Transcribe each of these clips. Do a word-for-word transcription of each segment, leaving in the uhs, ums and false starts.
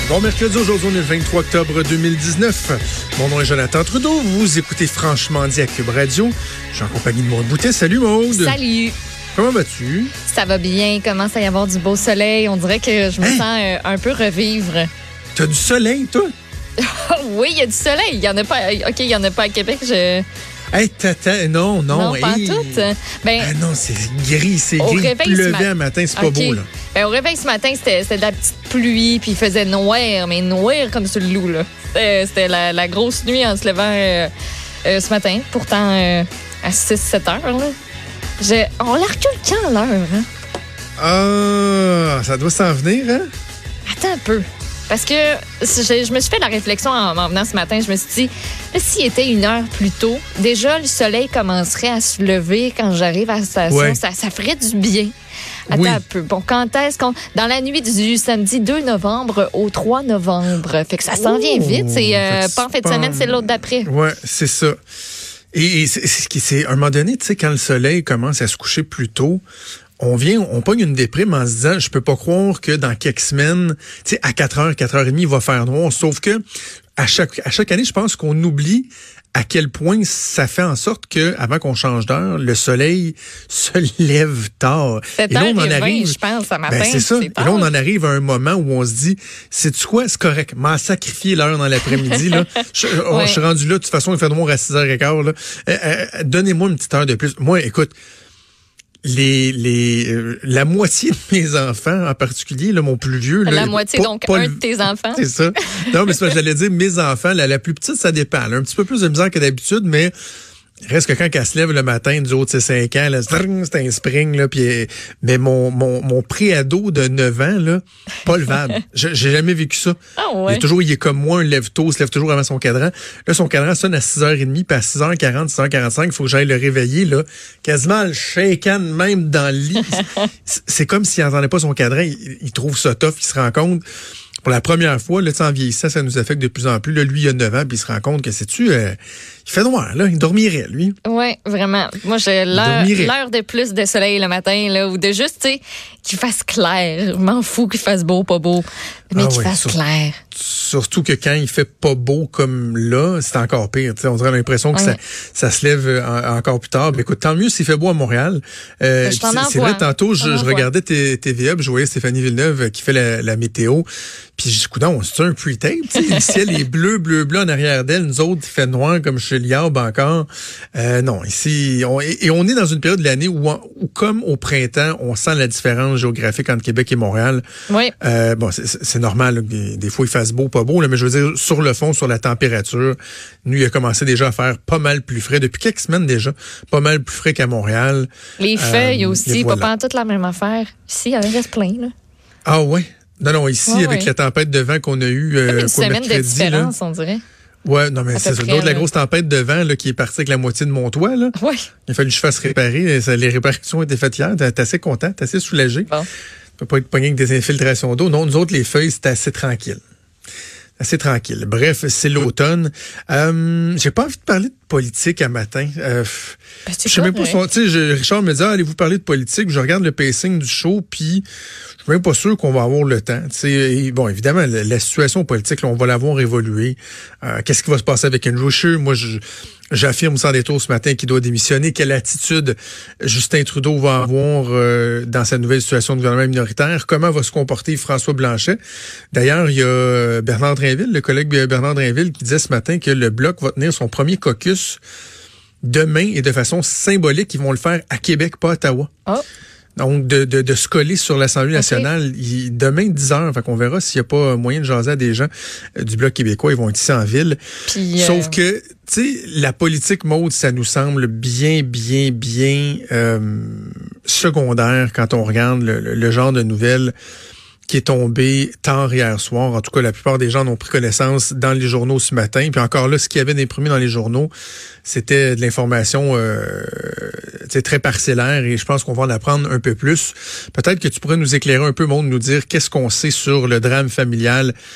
Bon mercredi, aujourd'hui, on est le vingt-trois octobre deux mille dix-neuf. Mon nom est Jonathan Trudeau. Vous écoutez Franchement dit à Cube Radio. Je suis en compagnie de Maude Boutet. Salut Maude. Salut. Comment vas-tu? Ça va bien. Commence à y avoir du beau soleil. On dirait que je me Hein? sens euh, un peu revivre. T'as du soleil, toi? Oui, il y a du soleil. Il y en a pas. OK, il y en a pas à Québec. Je... Hey, t'attends. Non, non. Non, pas hey. toutes. Ben, Ah non, c'est gris, c'est Au gris. réveil Il ce pleuvait matin. un matin, c'est pas OK. beau, là. Ben, au réveil ce matin, c'était c'était de la petite pluie, puis il faisait noir, mais noir comme sur le loup, là. C'était c'était la, la grosse nuit en se levant euh, euh, ce matin. Pourtant, euh, à six sept heures, là. Je... On la recule quand, l'heure, hein? Ah, ça doit s'en venir, hein? Attends un peu. Parce que je, je me suis fait la réflexion en, en venant ce matin. Je me suis dit, là, s'il était une heure plus tôt, déjà, le soleil commencerait à se lever quand j'arrive à la station. Ouais. Ça, ça ferait du bien. Attends Oui. un peu. Bon, quand est-ce qu'on... Dans la nuit du samedi deux novembre au trois novembre. Fait que ça s'en vient Oh, vite. C'est euh, fait que pas en fin de c'est semaine, pas- c'est l'autre d'après. Ouais, c'est ça. Et, et c'est, c'est, c'est, à un moment donné, tu sais, quand le soleil commence à se coucher plus tôt, on vient, on pogne une déprime en se disant, je peux pas croire que dans quelques semaines, tu sais, à quatre heures, quatre heures trente, il va faire noir. Sauf que à chaque, à chaque année, je pense qu'on oublie à quel point ça fait en sorte que, avant qu'on change d'heure, le soleil se lève tard. sept heures vingt, je pense, ce matin. Ben, c'est ça. Et tard. là, on en arrive à un moment où on se dit, sais-tu quoi, c'est correct, m'en sacrifier l'heure dans l'après-midi, là. Je, oh, Ouais. je suis rendu là, de toute façon, il fait noir à six heures quinze, là. Euh, euh, donnez-moi une petite heure de plus. Moi, écoute, les, les, euh, la moitié de mes enfants, en particulier, là, mon plus vieux, là, La moitié, pas- donc, pas un le- de tes enfants. C'est ça. Non, mais c'est parce que j'allais dire mes enfants, la, la plus petite, ça dépend. Elle a un petit peu plus de misère que d'habitude, mais reste que quand elle se lève le matin du haut de ses cinq ans, là, c'est un spring, là, puis, euh, mais mon, mon, mon pré-ado de neuf ans, là, pas levable. Je- J'ai jamais vécu ça. Ah Il ouais. est toujours, il est comme moi, un lève-tôt, il se lève toujours avant son cadran. Là, son cadran sonne à six heures trente, puis à six heures quarante, six heures quarante-cinq, il faut que j'aille le réveiller, là. Quasiment le shaken même dans le lit. C'est- C'est comme s'il n'entendait pas son cadran, il, il trouve ça tough, il se rend compte. Pour la première fois, là, tu sais, en vieillissant, ça nous affecte de plus en plus. Là, lui, il a neuf ans, puis il se rend compte que, sais-tu, euh, il fait noir, là. Il dormirait, lui. Oui, vraiment. Moi, j'ai l'heure, dormirait. l'heure de plus de soleil le matin, là, ou de juste, tu sais, qu'il fasse clair. Je m'en fous qu'il fasse beau, pas beau, mais Ah qu'il oui, fasse sur- clair. Surtout que quand il fait pas beau comme là, c'est encore pire. Tu sais, on dirait l'impression que Ouais. ça, ça se lève euh, en- encore plus tard. Mais écoute, tant mieux s'il fait beau à Montréal. Euh, Je t'en c'est c'est envoie. vrai, tantôt, Je t'en je, je envoie. regardais T- T V A, puis je voyais Stéphanie Villeneuve euh, qui fait la, la météo. Puis je dis, coudonc, c'est un pre-tape. Tu sais, le ciel est bleu, bleu, bleu en arrière d'elle. Nous autres, il fait noir comme chez Liab encore. Euh, non, ici, on, et, et on est dans une période de l'année où, on- où, comme au printemps, on sent la différence géographique entre Québec et Montréal. Oui. Euh, bon, c'est- c'est c'est normal, là, que des, des fois il fasse beau, pas beau, là, mais je veux dire, sur le fond, sur la température, nous, il a commencé déjà à faire pas mal plus frais, depuis quelques semaines déjà, pas mal plus frais qu'à Montréal. Les feuilles Euh, aussi, et pas voilà. pas toute la même affaire. Ici, il y en reste plein, là. Ah ouais? Non, non, ici, Ouais, avec ouais. la tempête de vent qu'on a eue euh, Comme une quoi, semaine de mercredi, là. différence, on dirait. Ouais, non, mais À c'est peu ça. près, D'autres, la là. grosse tempête de vent là, qui est partie avec la moitié de mon toit, là. Oui. Il a fallu que je fasse réparer. Ça, les réparations ont été faites hier. T'es assez content, t'es assez soulagé. Bon. Tu peux pas être pogné avec des infiltrations d'eau. Non, nous autres, les feuilles, c'était assez tranquille. Assez tranquille. Bref, c'est l'automne. Euh, j'ai pas envie de parler de politique à matin. Euh, Ben, c'est je sais même pas correct. son, tu sais, je- Richard me dit, ah, allez-vous parler de politique? Je regarde le pacing du show, puis je suis même pas sûr qu'on va avoir le temps. Tu sais, et bon, évidemment, la, la situation politique, là, on va la voir évoluer. Euh, qu'est-ce qui va se passer avec Andrew Scheer? Moi, je, j'affirme sans détour ce matin qu'il doit démissionner. Quelle attitude Justin Trudeau va avoir euh, dans sa nouvelle situation de gouvernement minoritaire? Comment va se comporter François Blanchet? D'ailleurs, il y a Bernard Drinville, le collègue Bernard Drinville, qui disait ce matin que le Bloc va tenir son premier caucus demain et de façon symbolique. Ils vont le faire à Québec, pas à Ottawa. Oh. Donc, de, de, de se coller sur l'Assemblée nationale. Il- demain, dix heures. Fait qu'on verra s'il n'y a pas moyen de jaser à des gens euh, du Bloc québécois. Ils vont être ici en ville. Puis, euh, Sauf que, tu sais, la politique, Maude, ça nous semble bien, bien, bien euh, secondaire quand on regarde le, le- le genre de nouvelles qui est tombé tard hier soir. En tout cas, la plupart des gens en ont pris connaissance dans les journaux ce matin. Puis encore là, ce qu'il y avait d'imprimé dans les journaux, c'était de l'information euh, tu sais, très parcellaire et je pense qu'on va en apprendre un peu plus. Peut-être que tu pourrais nous éclairer un peu, Maud, nous dire qu'est-ce qu'on sait sur le drame familial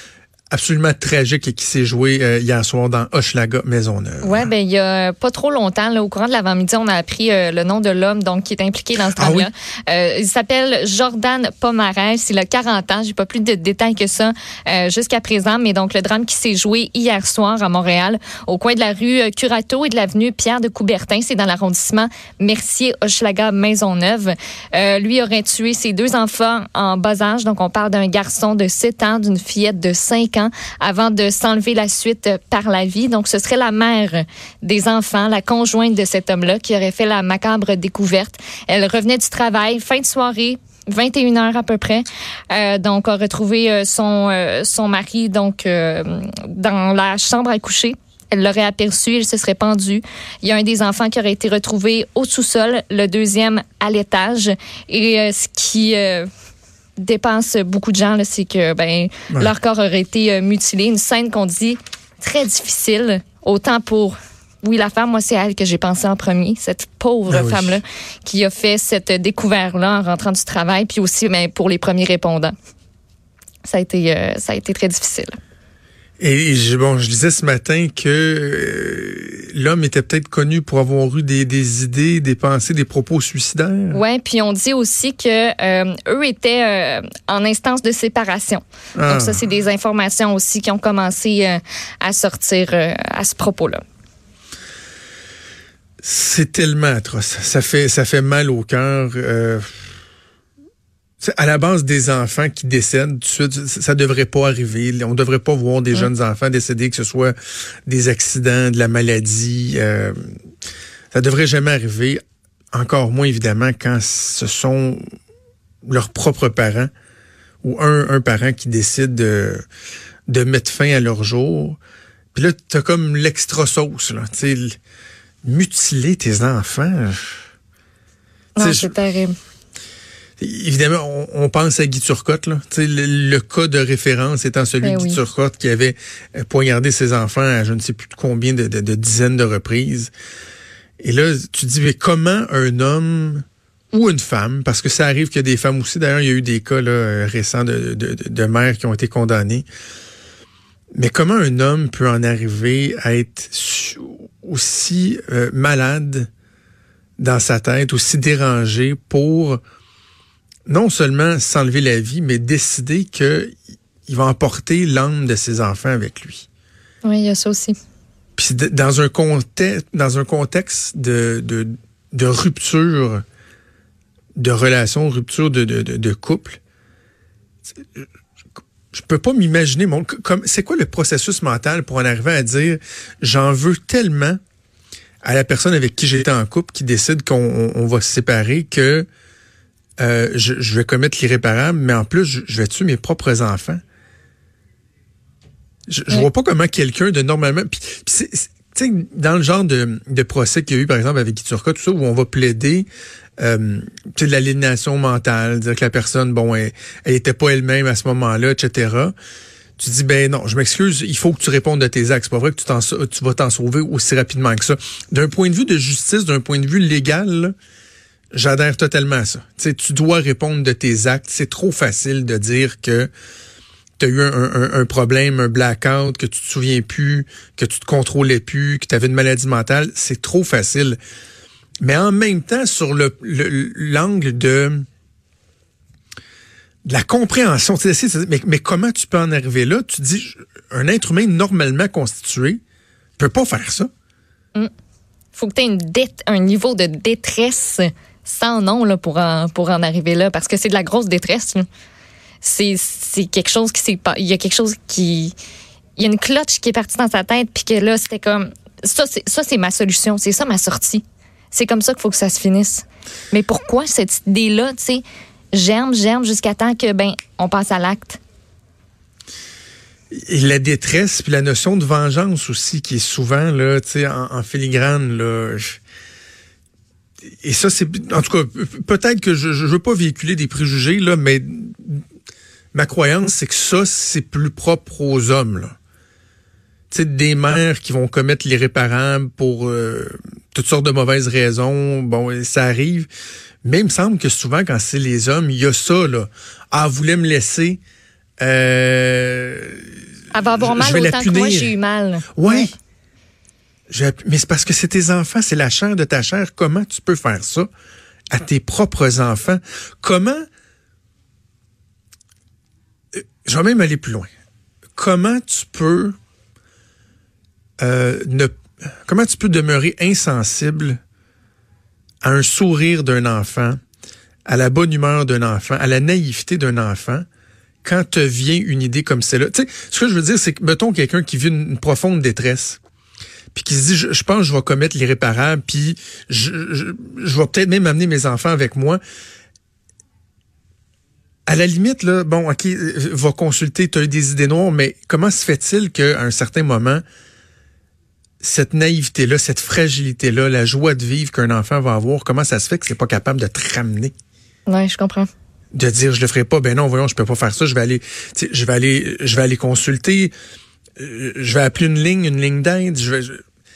absolument tragique qui s'est joué euh, hier soir dans Hochelaga Maisonneuve. Ouais, ben il y a pas trop longtemps, là, au courant de l'avant-midi, on a appris euh, le nom de l'homme donc qui est impliqué dans ce drame-là. Ah oui? euh, il s'appelle Jordan Pomarez. Il a quarante ans. J'ai pas plus de détails que ça euh, jusqu'à présent, mais donc le drame qui s'est joué hier soir à Montréal, au coin de la rue Curato et de l'avenue Pierre de Coubertin, c'est dans l'arrondissement Mercier-Hochelaga Maisonneuve. Euh, lui aurait tué ses deux enfants en bas âge. Donc on parle d'un garçon de sept ans, d'une fillette de cinq ans, avant de s'enlever la suite par la vie. Donc, ce serait la mère des enfants, la conjointe de cet homme-là, qui aurait fait la macabre découverte. Elle revenait du travail, fin de soirée, vingt et une heures à peu près. Euh, donc, a retrouvé euh, son, euh, son mari donc euh, dans la chambre à coucher. Elle l'aurait aperçu, elle se serait pendue. Il y a un des enfants qui aurait été retrouvé au sous-sol, le deuxième à l'étage. Et euh, ce qui... Euh, dépense beaucoup de gens, là, c'est que ben ouais. leur corps aurait été euh, mutilé. Une scène qu'on dit très difficile, autant pour, oui, la femme, moi, c'est à elle que j'ai pensé en premier, cette pauvre ah, femme-là oui. qui a fait cette découverte-là en rentrant du travail, puis aussi ben, pour les premiers répondants. Ça a été, euh, ça a été très difficile. Et je, bon, je disais ce matin que euh, l'homme était peut-être connu pour avoir eu des, des idées, des pensées, des propos suicidaires. Ouais, puis on dit aussi que euh, eux étaient euh, en instance de séparation. Ah. Donc ça, c'est des informations aussi qui ont commencé euh, à sortir euh, à ce propos-là. C'est tellement atroce. Ça fait, ça fait mal au cœur. Euh... À la base, des enfants qui décèdent, tout de suite, ça devrait pas arriver. On devrait pas voir des ouais. jeunes enfants décéder, que ce soit des accidents, de la maladie. Euh, ça devrait jamais arriver. Encore moins, évidemment, quand ce sont leurs propres parents ou un, un parent qui décide de, de mettre fin à leur jour. Puis là, t'as comme l'extra sauce, là. Tu sais, mutiler tes enfants. Non, c'est terrible. Évidemment, on, on pense à Guy Turcotte, là. Tu sais, le, le cas de référence étant celui ben de Guy oui. Turcotte qui avait poignardé ses enfants à je ne sais plus combien de, de, de dizaines de reprises. Et là, tu te dis, mais comment un homme ou une femme, parce que ça arrive qu'il y a des femmes aussi, d'ailleurs, il y a eu des cas là, récents de, de, de mères qui ont été condamnées. Mais comment un homme peut en arriver à être aussi euh, malade dans sa tête, aussi dérangé pour non seulement s'enlever la vie, mais décider qu'il va emporter l'âme de ses enfants avec lui. Oui, il y a ça aussi. Puis dans un contexte, dans un contexte de, de, de rupture, de relation, rupture de, de, de, de couple, je peux pas m'imaginer, mon, comme, c'est quoi le processus mental pour en arriver à dire j'en veux tellement à la personne avec qui j'étais en couple qui décide qu'on on, on va se séparer que Euh, je, je vais commettre l'irréparable, mais en plus, je, je vais tuer mes propres enfants. Je, je ouais. vois pas comment quelqu'un de normalement... Puis, puis tu sais, dans le genre de, de procès qu'il y a eu, par exemple, avec Guy Turcotte, tout ça, où on va plaider euh, de l'aliénation mentale, dire que la personne, bon, elle, elle était pas elle-même à ce moment-là, et cetera. Tu dis, ben non, je m'excuse, il faut que tu répondes de tes actes. C'est pas vrai que tu, t'en, tu vas t'en sauver aussi rapidement que ça. D'un point de vue de justice, d'un point de vue légal, là, j'adhère totalement à ça. Tu sais, tu dois répondre de tes actes. C'est trop facile de dire que tu as eu un, un, un problème, un blackout, que tu te souviens plus, que tu te contrôlais plus, que tu avais une maladie mentale. C'est trop facile. Mais en même temps, sur le, le l'angle de, de la compréhension, tu sais, mais, mais comment tu peux en arriver là? Tu dis, un être humain normalement constitué peut pas faire ça. Mm. Faut que tu aies une dette, un niveau de détresse sans nom là, pour, en, pour en arriver là, parce que c'est de la grosse détresse. Là. C'est, c'est quelque chose qui s'est pas. Il y a quelque chose qui. Il y a une cloche qui est partie dans sa tête, puis que là, c'était comme. Ça c'est, ça, c'est ma solution, c'est ça ma sortie. C'est comme ça qu'il faut que ça se finisse. Mais pourquoi cette idée-là, tu sais, germe, germe jusqu'à temps que, ben, on passe à l'acte? Et la détresse, puis la notion de vengeance aussi, qui est souvent là, tu sais, en, en filigrane là. Et ça, c'est, en tout cas, peut-être que je, je veux pas véhiculer des préjugés là, mais ma croyance, c'est que ça, c'est plus propre aux hommes là. Tu sais, des mères qui vont commettre l'irréparable pour euh, toutes sortes de mauvaises raisons. Bon, ça arrive. Mais il me semble que souvent, quand c'est les hommes, il y a ça là. Ah, vous voulez me laisser. Euh, Elle va avoir mal autant que moi, j'ai eu mal. Oui. Ouais. Mais c'est parce que c'est tes enfants, c'est la chair de ta chair. Comment tu peux faire ça à tes propres enfants? Comment... Je vais même aller plus loin. Comment tu peux euh, ne... Comment tu peux demeurer insensible à un sourire d'un enfant, à la bonne humeur d'un enfant, à la naïveté d'un enfant, quand te vient une idée comme celle-là? Tu sais, ce que je veux dire, c'est que, mettons, quelqu'un qui vit une, une profonde détresse, puis qui se dit, je, je pense que je vais commettre l'irréparable, puis je, je, je vais peut-être même amener mes enfants avec moi. À la limite, là, bon, OK, va consulter, tu as eu des idées noires, mais comment se fait-il qu'à un certain moment, cette naïveté-là, cette fragilité-là, la joie de vivre qu'un enfant va avoir, comment ça se fait que c'est pas capable de te ramener? Oui, je comprends. De dire, je le ferai pas, ben non, voyons, je peux pas faire ça, je vais aller, je vais aller, je vais aller consulter, je vais appeler une ligne, une ligne d'aide, je vais, je,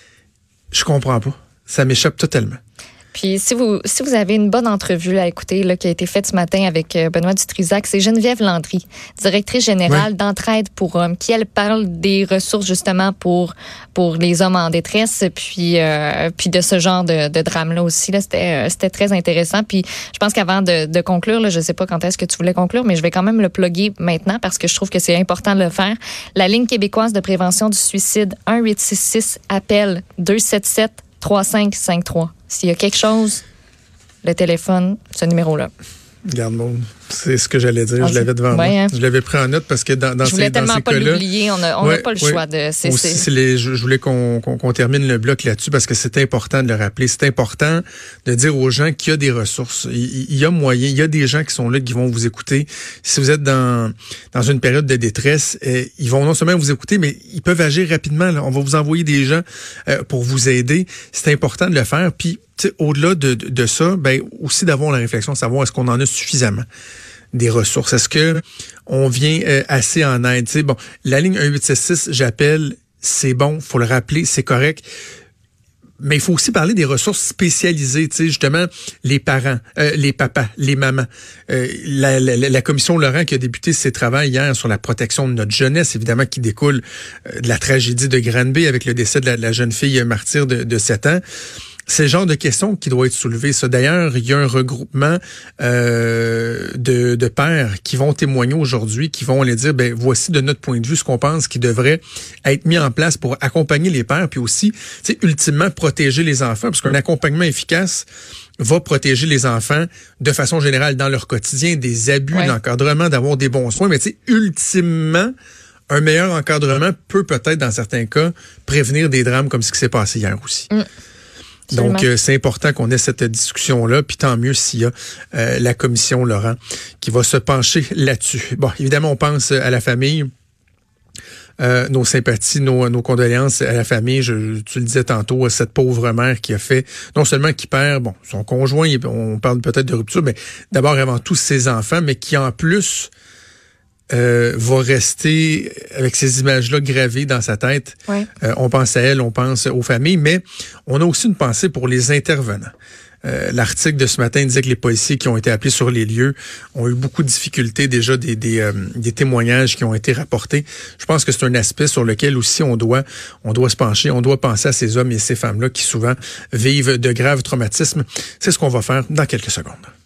je comprends pas. Ça m'échappe totalement. Puis si vous si vous avez une bonne entrevue là, à écouter là, qui a été faite ce matin avec euh, Benoît Dutrisac, c'est Geneviève Landry, directrice générale ouais. d'Entraide pour hommes, qui elle parle des ressources justement pour pour les hommes en détresse, puis euh, puis de ce genre de, de drame là aussi là, c'était euh, c'était très intéressant. Puis je pense qu'avant de, de conclure là, je sais pas quand est-ce que tu voulais conclure, mais je vais quand même le plugger maintenant parce que je trouve que c'est important de le faire. La ligne québécoise de prévention du suicide un huit six six appel deux sept sept trois cinq cinq trois. S'il y a quelque chose, le téléphone, ce numéro-là. Garde monde, c'est ce que j'allais dire. Ah, je l'avais devant ouais, moi. hein. Je l'avais pris en note parce que dans, dans je voulais ces, tellement dans ces pas cas-là, l'oublier. On n'a ouais, pas le ouais. choix de. C'est, Aussi, c'est... c'est les, je, je voulais qu'on, qu'on, qu'on termine le bloc là-dessus parce que c'est important de le rappeler. C'est important de dire aux gens qu'il y a des ressources. Il, il y a moyen. Il y a des gens qui sont là qui vont vous écouter. Si vous êtes dans dans une période de détresse, euh, ils vont non seulement vous écouter, mais ils peuvent agir rapidement. Là. On va vous envoyer des gens euh, pour vous aider. C'est important de le faire. Puis t'sais, au-delà de, de, de ça, ben aussi d'avoir la réflexion de savoir est-ce qu'on en a suffisamment des ressources. Est-ce que on vient euh, assez en aide? T'sais, bon, la ligne un huit six six, j'appelle, c'est bon, faut le rappeler, c'est correct. Mais il faut aussi parler des ressources spécialisées, tu sais, justement, les parents, euh, les papas, les mamans. Euh, la, la, la commission Laurent qui a débuté ses travaux hier sur la protection de notre jeunesse, évidemment, qui découle euh, de la tragédie de Granby avec le décès de la, de la jeune fille martyre de, de sept ans. C'est le genre de questions qui doit être soulevées. Ça, d'ailleurs, il y a un regroupement euh, de, de pères qui vont témoigner aujourd'hui, qui vont aller dire, ben voici de notre point de vue ce qu'on pense qui devrait être mis en place pour accompagner les pères, puis aussi, tu sais, ultimement protéger les enfants, parce qu'un accompagnement efficace va protéger les enfants de façon générale dans leur quotidien, des abus, ouais. d'encadrement, d'avoir des bons soins, mais tu sais, ultimement, un meilleur encadrement peut peut-être, dans certains cas, prévenir des drames comme ce qui s'est passé hier aussi. Mm. Donc, euh, c'est important qu'on ait cette discussion-là, puis tant mieux s'il y a euh, la commission Laurent qui va se pencher là-dessus. Bon, évidemment, on pense à la famille, euh, nos sympathies, nos, nos condoléances à la famille. Je, tu le disais tantôt, cette pauvre mère qui a fait, non seulement qui perd bon son conjoint, on parle peut-être de rupture, mais d'abord avant tout ses enfants, mais qui en plus Euh, va rester avec ces images-là gravées dans sa tête. Ouais. Euh, on pense à elle, on pense aux familles, mais on a aussi une pensée pour les intervenants. Euh, l'article de ce matin disait que les policiers qui ont été appelés sur les lieux ont eu beaucoup de difficultés, déjà des, des, euh, des témoignages qui ont été rapportés. Je pense que c'est un aspect sur lequel aussi on doit, on doit se pencher, on doit penser à ces hommes et ces femmes-là qui souvent vivent de graves traumatismes. C'est ce qu'on va faire dans quelques secondes.